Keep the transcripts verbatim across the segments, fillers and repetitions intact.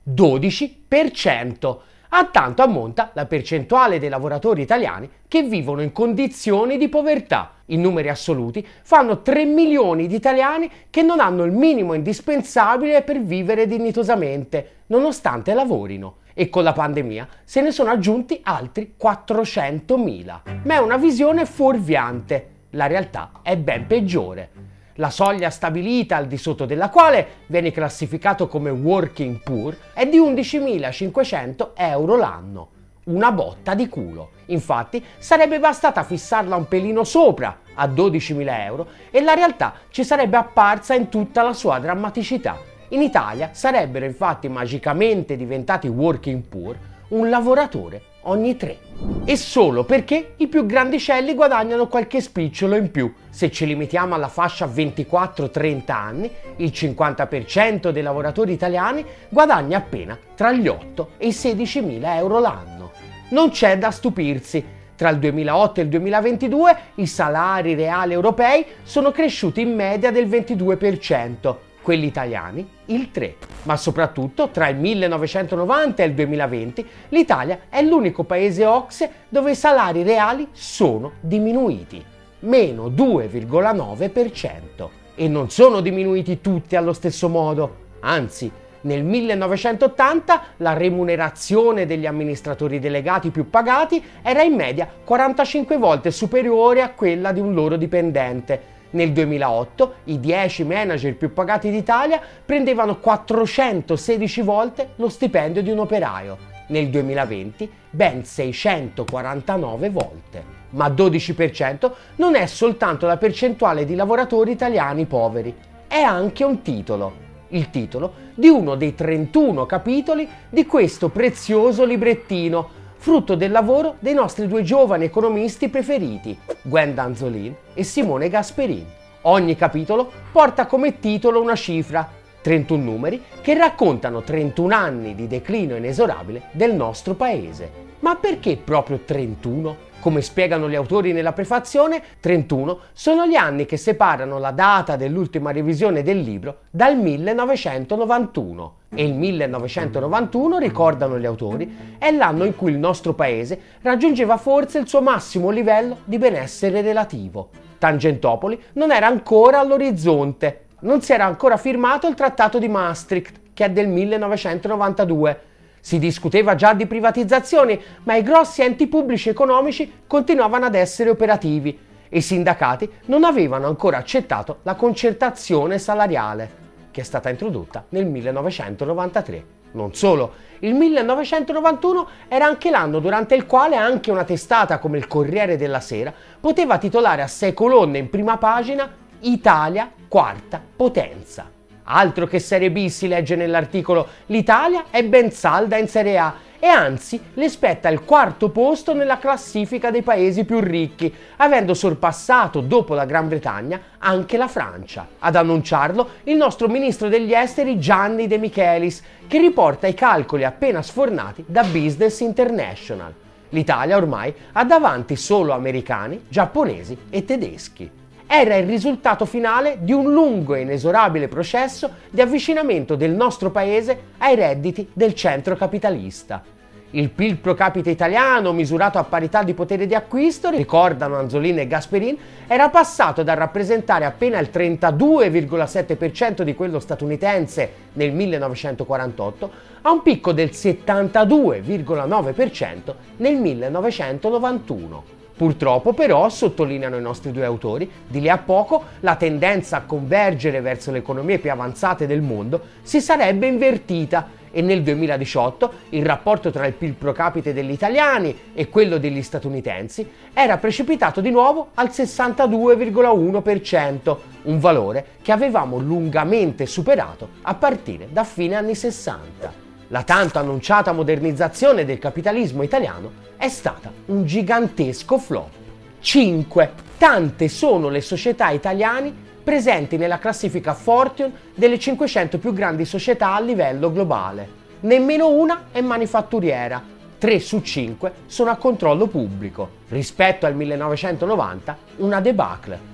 dodici per cento. A tanto ammonta la percentuale dei lavoratori italiani che vivono in condizioni di povertà. In numeri assoluti fanno tre milioni di italiani che non hanno il minimo indispensabile per vivere dignitosamente, nonostante lavorino. E con la pandemia se ne sono aggiunti altri quattrocentomila. Ma è una visione fuorviante. La realtà è ben peggiore. La soglia stabilita al di sotto della quale viene classificato come working poor è di undicimilacinquecento euro l'anno. Una botta di culo. Infatti sarebbe bastata fissarla un pelino sopra, a dodicimila euro, e la realtà ci sarebbe apparsa in tutta la sua drammaticità. In Italia sarebbero infatti magicamente diventati working poor un lavoratore ogni tre. E solo perché i più grandicelli guadagnano qualche spicciolo in più. Se ci limitiamo alla fascia ventiquattro trenta anni, il cinquanta per cento dei lavoratori italiani guadagna appena tra gli otto e i sedicimila euro l'anno. Non c'è da stupirsi. Tra il duemilaotto e il duemilaventidue i salari reali europei sono cresciuti in media del ventidue per cento. Quelli italiani il tre per cento. Ma soprattutto tra il millenovecentonovanta e il duemilaventi l'Italia è l'unico paese O C S E dove i salari reali sono diminuiti, meno due virgola nove per cento. E non sono diminuiti tutti allo stesso modo, anzi nel millenovecentottanta la remunerazione degli amministratori delegati più pagati era in media quarantacinque volte superiore a quella di un loro dipendente. Nel duemilaotto i dieci manager più pagati d'Italia prendevano quattrocentosedici volte lo stipendio di un operaio. Nel duemilaventi ben seicentoquarantanove volte. Ma dodici per cento non è soltanto la percentuale di lavoratori italiani poveri, è anche un titolo. Il titolo di uno dei trentuno capitoli di questo prezioso librettino, frutto del lavoro dei nostri due giovani economisti preferiti, Gwenda Anzolin e Simone Gasperin. Ogni capitolo porta come titolo una cifra, trentuno numeri che raccontano trentuno anni di declino inesorabile del nostro paese. Ma perché proprio trentuno? Come spiegano gli autori nella prefazione, trentuno sono gli anni che separano la data dell'ultima revisione del libro dal millenovecentonovantuno. E il millenovecentonovantuno, ricordano gli autori, è l'anno in cui il nostro paese raggiungeva forse il suo massimo livello di benessere relativo. Tangentopoli non era ancora all'orizzonte, non si era ancora firmato il Trattato di Maastricht, che è del millenovecentonovantadue. Si discuteva già di privatizzazioni, ma i grossi enti pubblici economici continuavano ad essere operativi e i sindacati non avevano ancora accettato la concertazione salariale, che è stata introdotta nel millenovecentonovantatré. Non solo, il millenovecentonovantuno era anche l'anno durante il quale anche una testata come il Corriere della Sera poteva titolare a sei colonne in prima pagina Italia quarta potenza. Altro che Serie B, si legge nell'articolo, l'Italia è ben salda in Serie A e anzi le spetta il quarto posto nella classifica dei paesi più ricchi, avendo sorpassato dopo la Gran Bretagna anche la Francia. Ad annunciarlo il nostro ministro degli esteri Gianni De Michelis, che riporta i calcoli appena sfornati da Business International. L'Italia ormai ha davanti solo americani, giapponesi e tedeschi. Era il risultato finale di un lungo e inesorabile processo di avvicinamento del nostro paese ai redditi del centro capitalista. Il P I L pro capite italiano, misurato a parità di potere di acquisto, ricordano Anzolin e Gasperin, era passato dal rappresentare appena il trentadue virgola sette per cento di quello statunitense nel millenovecentoquarantotto a un picco del settantadue virgola nove per cento nel millenovecentonovantuno. Purtroppo però, sottolineano i nostri due autori, di lì a poco la tendenza a convergere verso le economie più avanzate del mondo si sarebbe invertita e nel duemiladiciotto il rapporto tra il P I L pro capite degli italiani e quello degli statunitensi era precipitato di nuovo al sessantadue virgola uno per cento, un valore che avevamo lungamente superato a partire da fine anni sessanta. La tanto annunciata modernizzazione del capitalismo italiano è stata un gigantesco flop. cinque. Tante sono le società italiane presenti nella classifica Fortune delle cinquecento più grandi società a livello globale. Nemmeno una è manifatturiera. tre su cinque sono a controllo pubblico. Rispetto al millenovecentonovanta, una debacle.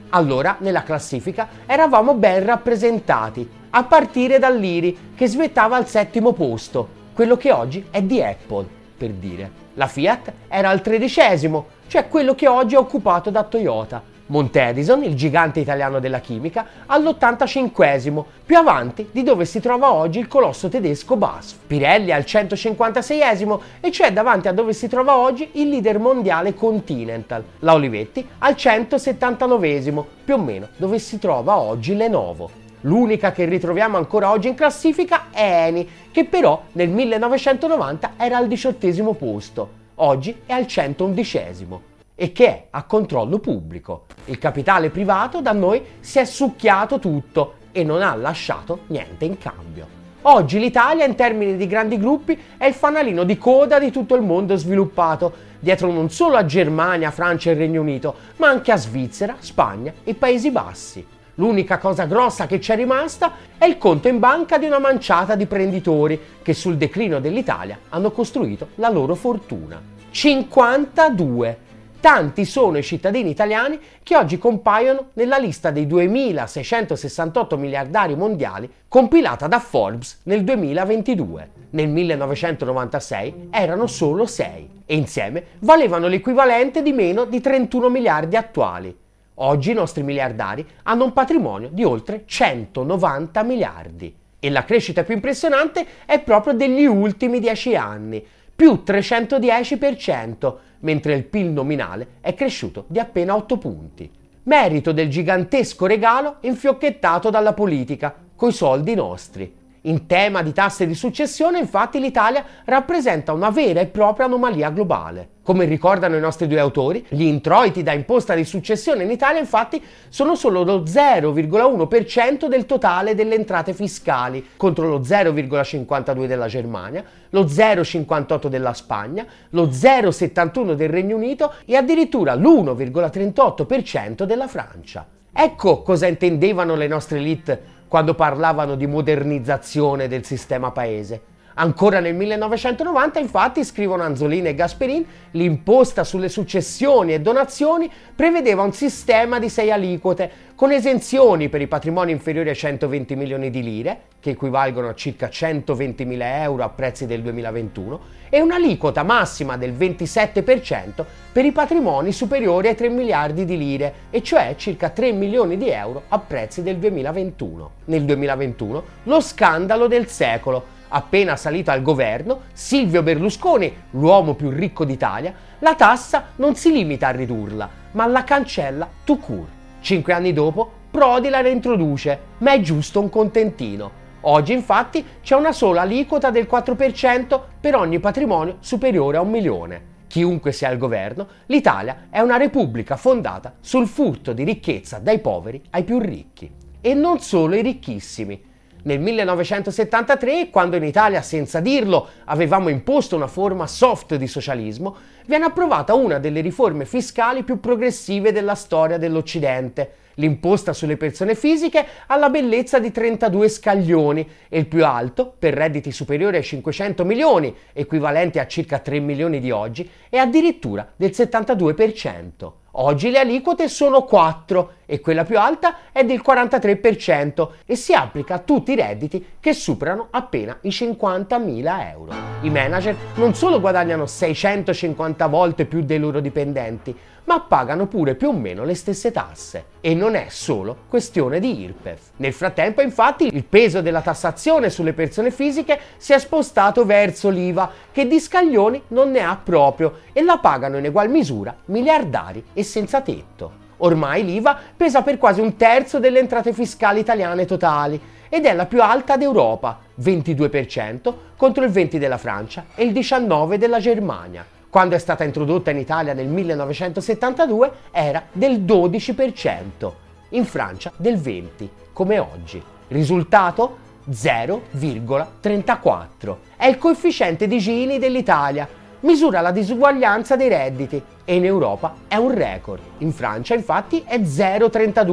Allora, nella classifica, eravamo ben rappresentati, a partire dall'I R I, che svettava al settimo posto, quello che oggi è di Apple, per dire. La Fiat era al tredicesimo, cioè quello che oggi è occupato da Toyota. Monte Edison, il gigante italiano della chimica, all'ottantacinquesimo, più avanti di dove si trova oggi il colosso tedesco B A S F. Pirelli al centocinquantaseiesimo, e cioè davanti a dove si trova oggi il leader mondiale Continental. La Olivetti al centosettantanovesimo, più o meno dove si trova oggi Lenovo. L'unica che ritroviamo ancora oggi in classifica è Eni, che però nel millenovecentonovanta era al diciottesimo posto, oggi è al centoundicesimo. E che è a controllo pubblico. Il capitale privato da noi si è succhiato tutto e non ha lasciato niente in cambio. Oggi l'Italia, in termini di grandi gruppi, è il fanalino di coda di tutto il mondo sviluppato, dietro non solo a Germania, Francia e Regno Unito, ma anche a Svizzera, Spagna e Paesi Bassi. L'unica cosa grossa che c'è rimasta è il conto in banca di una manciata di prenditori che sul declino dell'Italia hanno costruito la loro fortuna. cinquantadue! Tanti sono i cittadini italiani che oggi compaiono nella lista dei duemilaseicentosessantotto miliardari mondiali compilata da Forbes nel duemilaventidue. Nel millenovecentonovantasei erano solo sei e insieme valevano l'equivalente di meno di trentuno miliardi attuali. Oggi i nostri miliardari hanno un patrimonio di oltre centonovanta miliardi e la crescita più impressionante è proprio degli ultimi dieci anni, più trecentodieci per cento, mentre il P I L nominale è cresciuto di appena otto punti. Merito del gigantesco regalo infiocchettato dalla politica, coi soldi nostri. In tema di tasse di successione, infatti, l'Italia rappresenta una vera e propria anomalia globale. Come ricordano i nostri due autori, gli introiti da imposta di successione in Italia, infatti, sono solo lo zero virgola uno per cento del totale delle entrate fiscali, contro lo zero virgola cinquantadue della Germania, lo zero virgola cinquantotto della Spagna, lo zero virgola settantuno del Regno Unito e addirittura l'uno virgola trentotto per cento della Francia. Ecco cosa intendevano le nostre elite quando parlavano di modernizzazione del sistema paese. Ancora nel millenovecentonovanta, infatti, scrivono Anzolini e Gasperin, l'imposta sulle successioni e donazioni prevedeva un sistema di sei aliquote, con esenzioni per i patrimoni inferiori ai centoventi milioni di lire, che equivalgono a circa centoventimila euro a prezzi del duemilaventuno, e un'aliquota massima del ventisette per cento per i patrimoni superiori ai tre miliardi di lire, e cioè circa tre milioni di euro a prezzi del duemilaventuno. Nel duemilaventuno, lo scandalo del secolo. Appena salito al governo, Silvio Berlusconi, l'uomo più ricco d'Italia, la tassa non si limita a ridurla, ma la cancella tout court. Cinque anni dopo, Prodi la reintroduce, ma è giusto un contentino. Oggi, infatti, c'è una sola aliquota del quattro per cento per ogni patrimonio superiore a un milione. Chiunque sia al governo, l'Italia è una repubblica fondata sul furto di ricchezza dai poveri ai più ricchi. E non solo i ricchissimi. Nel millenovecentosettantatré, quando in Italia, senza dirlo, avevamo imposto una forma soft di socialismo, viene approvata una delle riforme fiscali più progressive della storia dell'Occidente. L'imposta sulle persone fisiche ha la bellezza di trentadue scaglioni e il più alto, per redditi superiori ai cinquecento milioni, equivalenti a circa tre milioni di oggi, è addirittura del settantadue per cento. Oggi le aliquote sono quattro e quella più alta è del quarantatré per cento e si applica a tutti i redditi che superano appena i cinquantamila euro. I manager non solo guadagnano seicentocinquanta volte più dei loro dipendenti, ma pagano pure più o meno le stesse tasse. E non è solo questione di I R P E F. Nel frattempo, infatti, il peso della tassazione sulle persone fisiche si è spostato verso l'I V A, che di scaglioni non ne ha proprio, e la pagano in egual misura miliardari e senza tetto. Ormai l'I V A pesa per quasi un terzo delle entrate fiscali italiane totali ed è la più alta d'Europa, ventidue per cento contro il venti per cento della Francia e il diciannove per cento della Germania. Quando è stata introdotta in Italia nel millenovecentosettantadue era del dodici per cento, in Francia del venti per cento, come oggi. Risultato? zero virgola trentaquattro. È il coefficiente di Gini dell'Italia. Misura la disuguaglianza dei redditi e in Europa è un record. In Francia, infatti, è zero virgola trentadue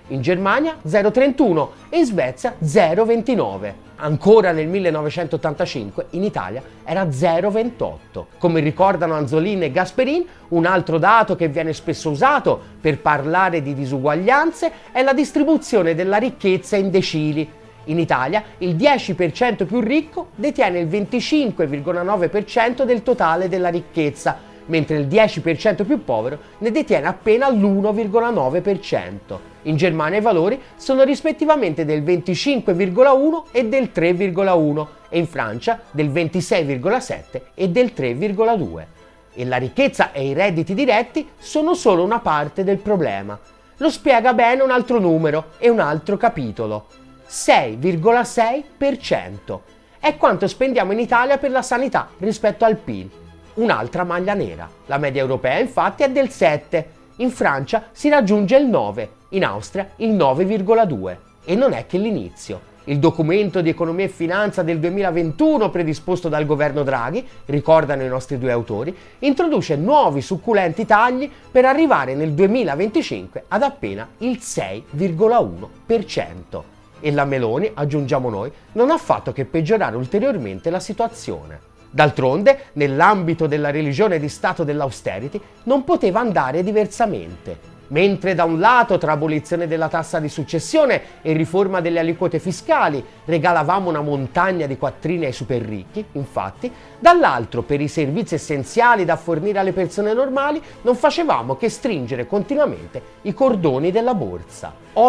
in Germania zero virgola trentuno e in Svezia zero virgola ventinove. Ancora nel millenovecentottantacinque in Italia era zero virgola ventotto. Come ricordano Anzolin e Gasperin, un altro dato che viene spesso usato per parlare di disuguaglianze è la distribuzione della ricchezza in decili. In Italia il dieci per cento più ricco detiene il venticinque virgola nove per cento del totale della ricchezza, mentre il dieci per cento più povero ne detiene appena l'uno virgola nove per cento. In Germania i valori sono rispettivamente del venticinque virgola uno e del tre virgola uno e in Francia del ventisei virgola sette e del tre virgola due. E la ricchezza e i redditi diretti sono solo una parte del problema. Lo spiega bene un altro numero e un altro capitolo. sei virgola sei per cento è quanto spendiamo in Italia per la sanità rispetto al P I L. Un'altra maglia nera. La media europea infatti è del sette, in Francia si raggiunge il nove, in Austria il nove virgola due. E non è che l'inizio. Il documento di economia e finanza del duemilaventuno predisposto dal governo Draghi, ricordano i nostri due autori, introduce nuovi succulenti tagli per arrivare nel duemilaventicinque ad appena il sei virgola uno per cento. E la Meloni, aggiungiamo noi, non ha fatto che peggiorare ulteriormente la situazione. D'altronde, nell'ambito della religione di Stato dell'austerity, non poteva andare diversamente. Mentre da un lato, tra abolizione della tassa di successione e riforma delle aliquote fiscali, regalavamo una montagna di quattrini ai super ricchi, infatti, dall'altro, per i servizi essenziali da fornire alle persone normali, non facevamo che stringere continuamente i cordoni della borsa.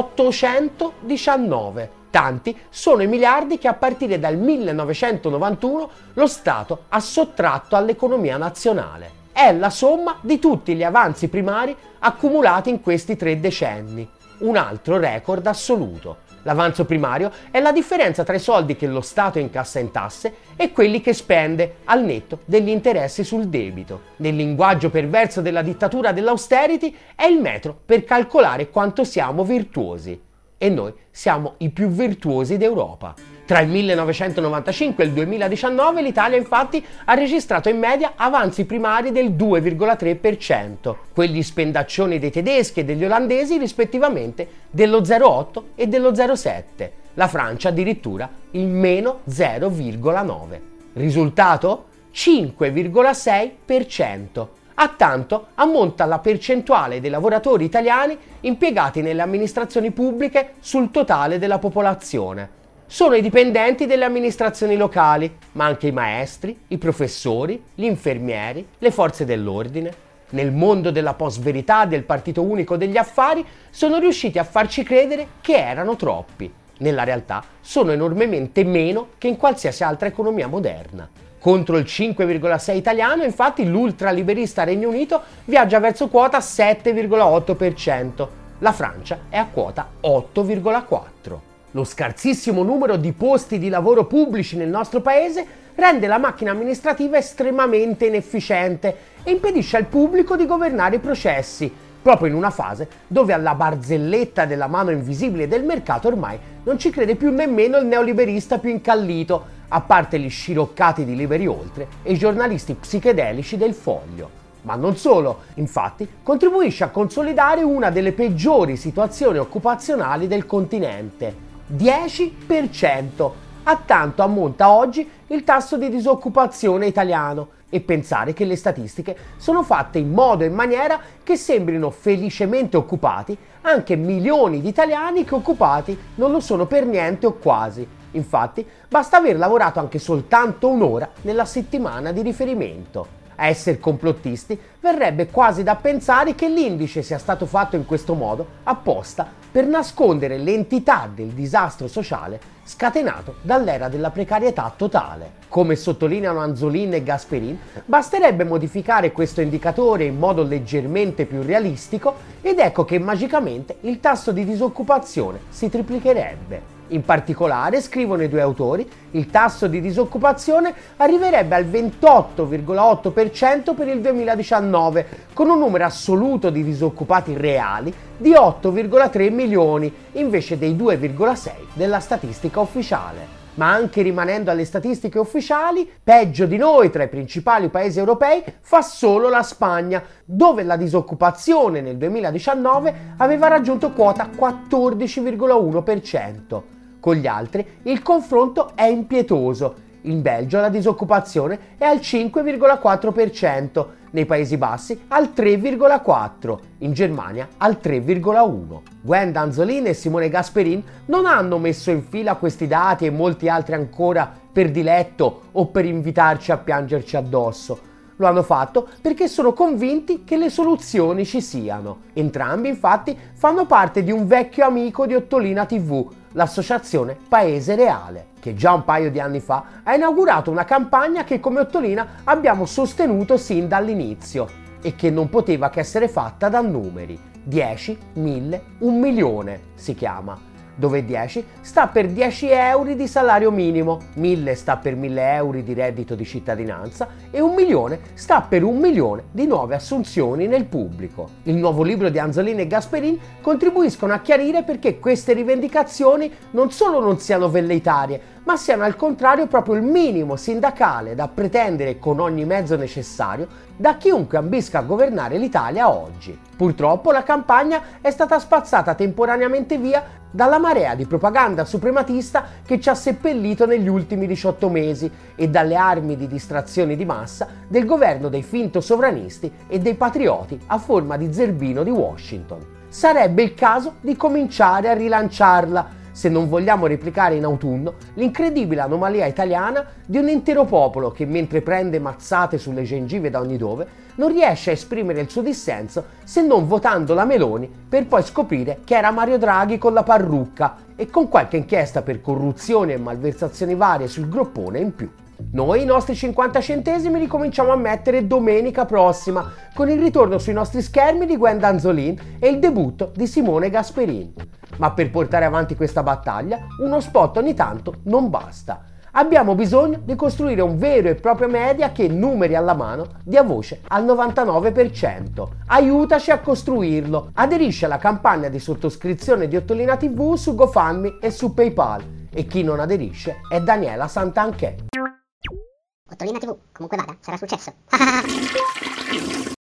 ottocentodiciannove. Tanti sono i miliardi che a partire dal millenovecentonovantuno lo Stato ha sottratto all'economia nazionale. È la somma di tutti gli avanzi primari accumulati in questi tre decenni. Un altro record assoluto. L'avanzo primario è la differenza tra i soldi che lo Stato incassa in tasse e quelli che spende al netto degli interessi sul debito. Nel linguaggio perverso della dittatura dell'austerity è il metro per calcolare quanto siamo virtuosi. E noi siamo i più virtuosi d'Europa. Tra il millenovecentonovantacinque e il duemiladiciannove l'Italia infatti ha registrato in media avanzi primari del due virgola tre per cento, quegli spendaccioni dei tedeschi e degli olandesi rispettivamente dello zero virgola otto e dello zero virgola sette, la Francia addirittura il meno zero virgola nove. Risultato? cinque virgola sei per cento. A tanto ammonta la percentuale dei lavoratori italiani impiegati nelle amministrazioni pubbliche sul totale della popolazione. Sono i dipendenti delle amministrazioni locali, ma anche i maestri, i professori, gli infermieri, le forze dell'ordine. Nel mondo della post-verità del partito unico degli affari sono riusciti a farci credere che erano troppi. Nella realtà sono enormemente meno che in qualsiasi altra economia moderna. Contro il cinque virgola sei italiano, infatti, l'ultraliberista Regno Unito viaggia verso quota sette virgola otto per cento. La Francia è a quota otto virgola quattro. Lo scarsissimo numero di posti di lavoro pubblici nel nostro paese rende la macchina amministrativa estremamente inefficiente e impedisce al pubblico di governare i processi, proprio in una fase dove alla barzelletta della mano invisibile del mercato ormai non ci crede più nemmeno il neoliberista più incallito, a parte gli sciroccati di Liberi Oltre e i giornalisti psichedelici del Foglio. Ma non solo, infatti, contribuisce a consolidare una delle peggiori situazioni occupazionali del continente. dieci per cento. A tanto ammonta oggi il tasso di disoccupazione italiano. E pensare che le statistiche sono fatte in modo e maniera che sembrino felicemente occupati anche milioni di italiani che occupati non lo sono per niente o quasi. Infatti, basta aver lavorato anche soltanto un'ora nella settimana di riferimento. A essere complottisti verrebbe quasi da pensare che l'indice sia stato fatto in questo modo apposta per nascondere l'entità del disastro sociale scatenato dall'era della precarietà totale. Come sottolineano Anzolin e Gasperin, basterebbe modificare questo indicatore in modo leggermente più realistico ed ecco che magicamente il tasso di disoccupazione si triplicherebbe. In particolare, scrivono i due autori, il tasso di disoccupazione arriverebbe al ventotto virgola otto per cento per il duemiladiciannove, con un numero assoluto di disoccupati reali di otto virgola tre milioni, invece dei due virgola sei della statistica ufficiale. Ma anche rimanendo alle statistiche ufficiali, peggio di noi tra i principali paesi europei fa solo la Spagna, dove la disoccupazione nel duemiladiciannove aveva raggiunto quota quattordici virgola uno per cento. Con gli altri il confronto è impietoso. In Belgio la disoccupazione è al cinque virgola quattro per cento, nei Paesi Bassi al tre virgola quattro per cento, in Germania al tre virgola uno per cento. Gwen Danzolin e Simone Gasperin non hanno messo in fila questi dati e molti altri ancora per diletto o per invitarci a piangerci addosso. Lo hanno fatto perché sono convinti che le soluzioni ci siano. Entrambi, infatti, fanno parte di un vecchio amico di Ottolina tivù, l'associazione Paese Reale, che già un paio di anni fa ha inaugurato una campagna che come Ottolina abbiamo sostenuto sin dall'inizio e che non poteva che essere fatta da numeri. dieci, mille, un milione si chiama, dove dieci sta per dieci euro di salario minimo, mille sta per mille euro di reddito di cittadinanza e un milione sta per un milione di nuove assunzioni nel pubblico. Il nuovo libro di Anzolin e Gasperin contribuiscono a chiarire perché queste rivendicazioni non solo non siano velleitarie, ma siano al contrario proprio il minimo sindacale da pretendere con ogni mezzo necessario da chiunque ambisca a governare l'Italia oggi. Purtroppo la campagna è stata spazzata temporaneamente via dalla marea di propaganda suprematista che ci ha seppellito negli ultimi diciotto mesi e dalle armi di distrazione di massa del governo dei finto sovranisti e dei patrioti a forma di zerbino di Washington. Sarebbe il caso di cominciare a rilanciarla, se non vogliamo replicare in autunno l'incredibile anomalia italiana di un intero popolo che, mentre prende mazzate sulle gengive da ogni dove, non riesce a esprimere il suo dissenso se non votando la Meloni per poi scoprire che era Mario Draghi con la parrucca e con qualche inchiesta per corruzione e malversazioni varie sul groppone in più. Noi i nostri cinquanta centesimi li cominciamo a mettere domenica prossima con il ritorno sui nostri schermi di Gwen Danzolin e il debutto di Simone Gasperin. Ma per portare avanti questa battaglia uno spot ogni tanto non basta. Abbiamo bisogno di costruire un vero e proprio media che, numeri alla mano, dia voce al novantanove per cento. Aiutaci a costruirlo. Aderisci alla campagna di sottoscrizione di Ottolina tivù su GoFundMe e su PayPal. E chi non aderisce è Daniela Santanchè. Ottolina tivù, comunque vada, sarà successo.